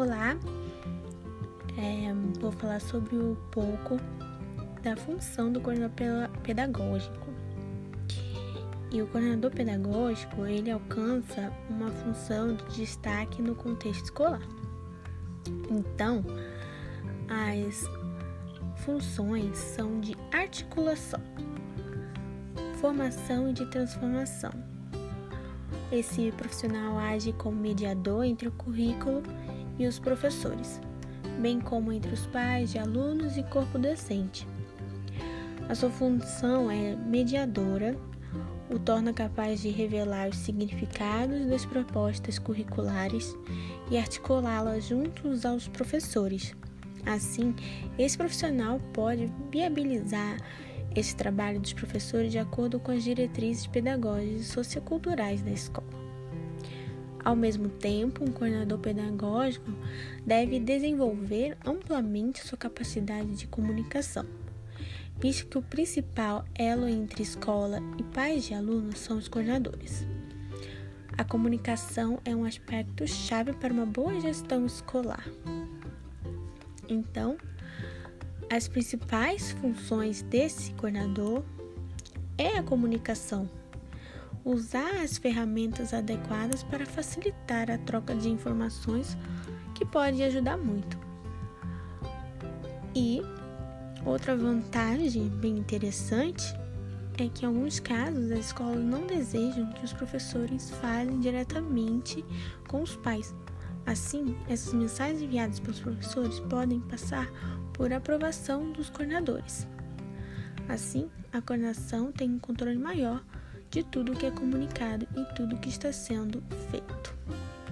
Olá, vou falar sobre um pouco da função do coordenador pedagógico. E o coordenador pedagógico, ele alcança uma função de destaque no contexto escolar. Então, as funções são de articulação, formação e de transformação. Esse profissional age como mediador entre o currículo e os professores, bem como entre os pais de alunos e corpo docente. A sua função é mediadora, o torna capaz de revelar os significados das propostas curriculares e articulá-las juntos aos professores. Assim, esse profissional pode viabilizar esse trabalho dos professores de acordo com as diretrizes pedagógicas e socioculturais da escola. Ao mesmo tempo, um coordenador pedagógico deve desenvolver amplamente sua capacidade de comunicação, visto que o principal elo entre escola e pais de alunos são os coordenadores. A comunicação é um aspecto chave para uma boa gestão escolar. Então, as principais funções desse coordenador é a comunicação, usar as ferramentas adequadas para facilitar a troca de informações, que pode ajudar muito. E outra vantagem bem interessante é que em alguns casos as escolas não desejam que os professores falem diretamente com os pais. Assim, essas mensagens enviadas pelos professores podem passar por aprovação dos coordenadores. Assim, a coordenação tem um controle maior de tudo o que é comunicado e tudo o que está sendo feito.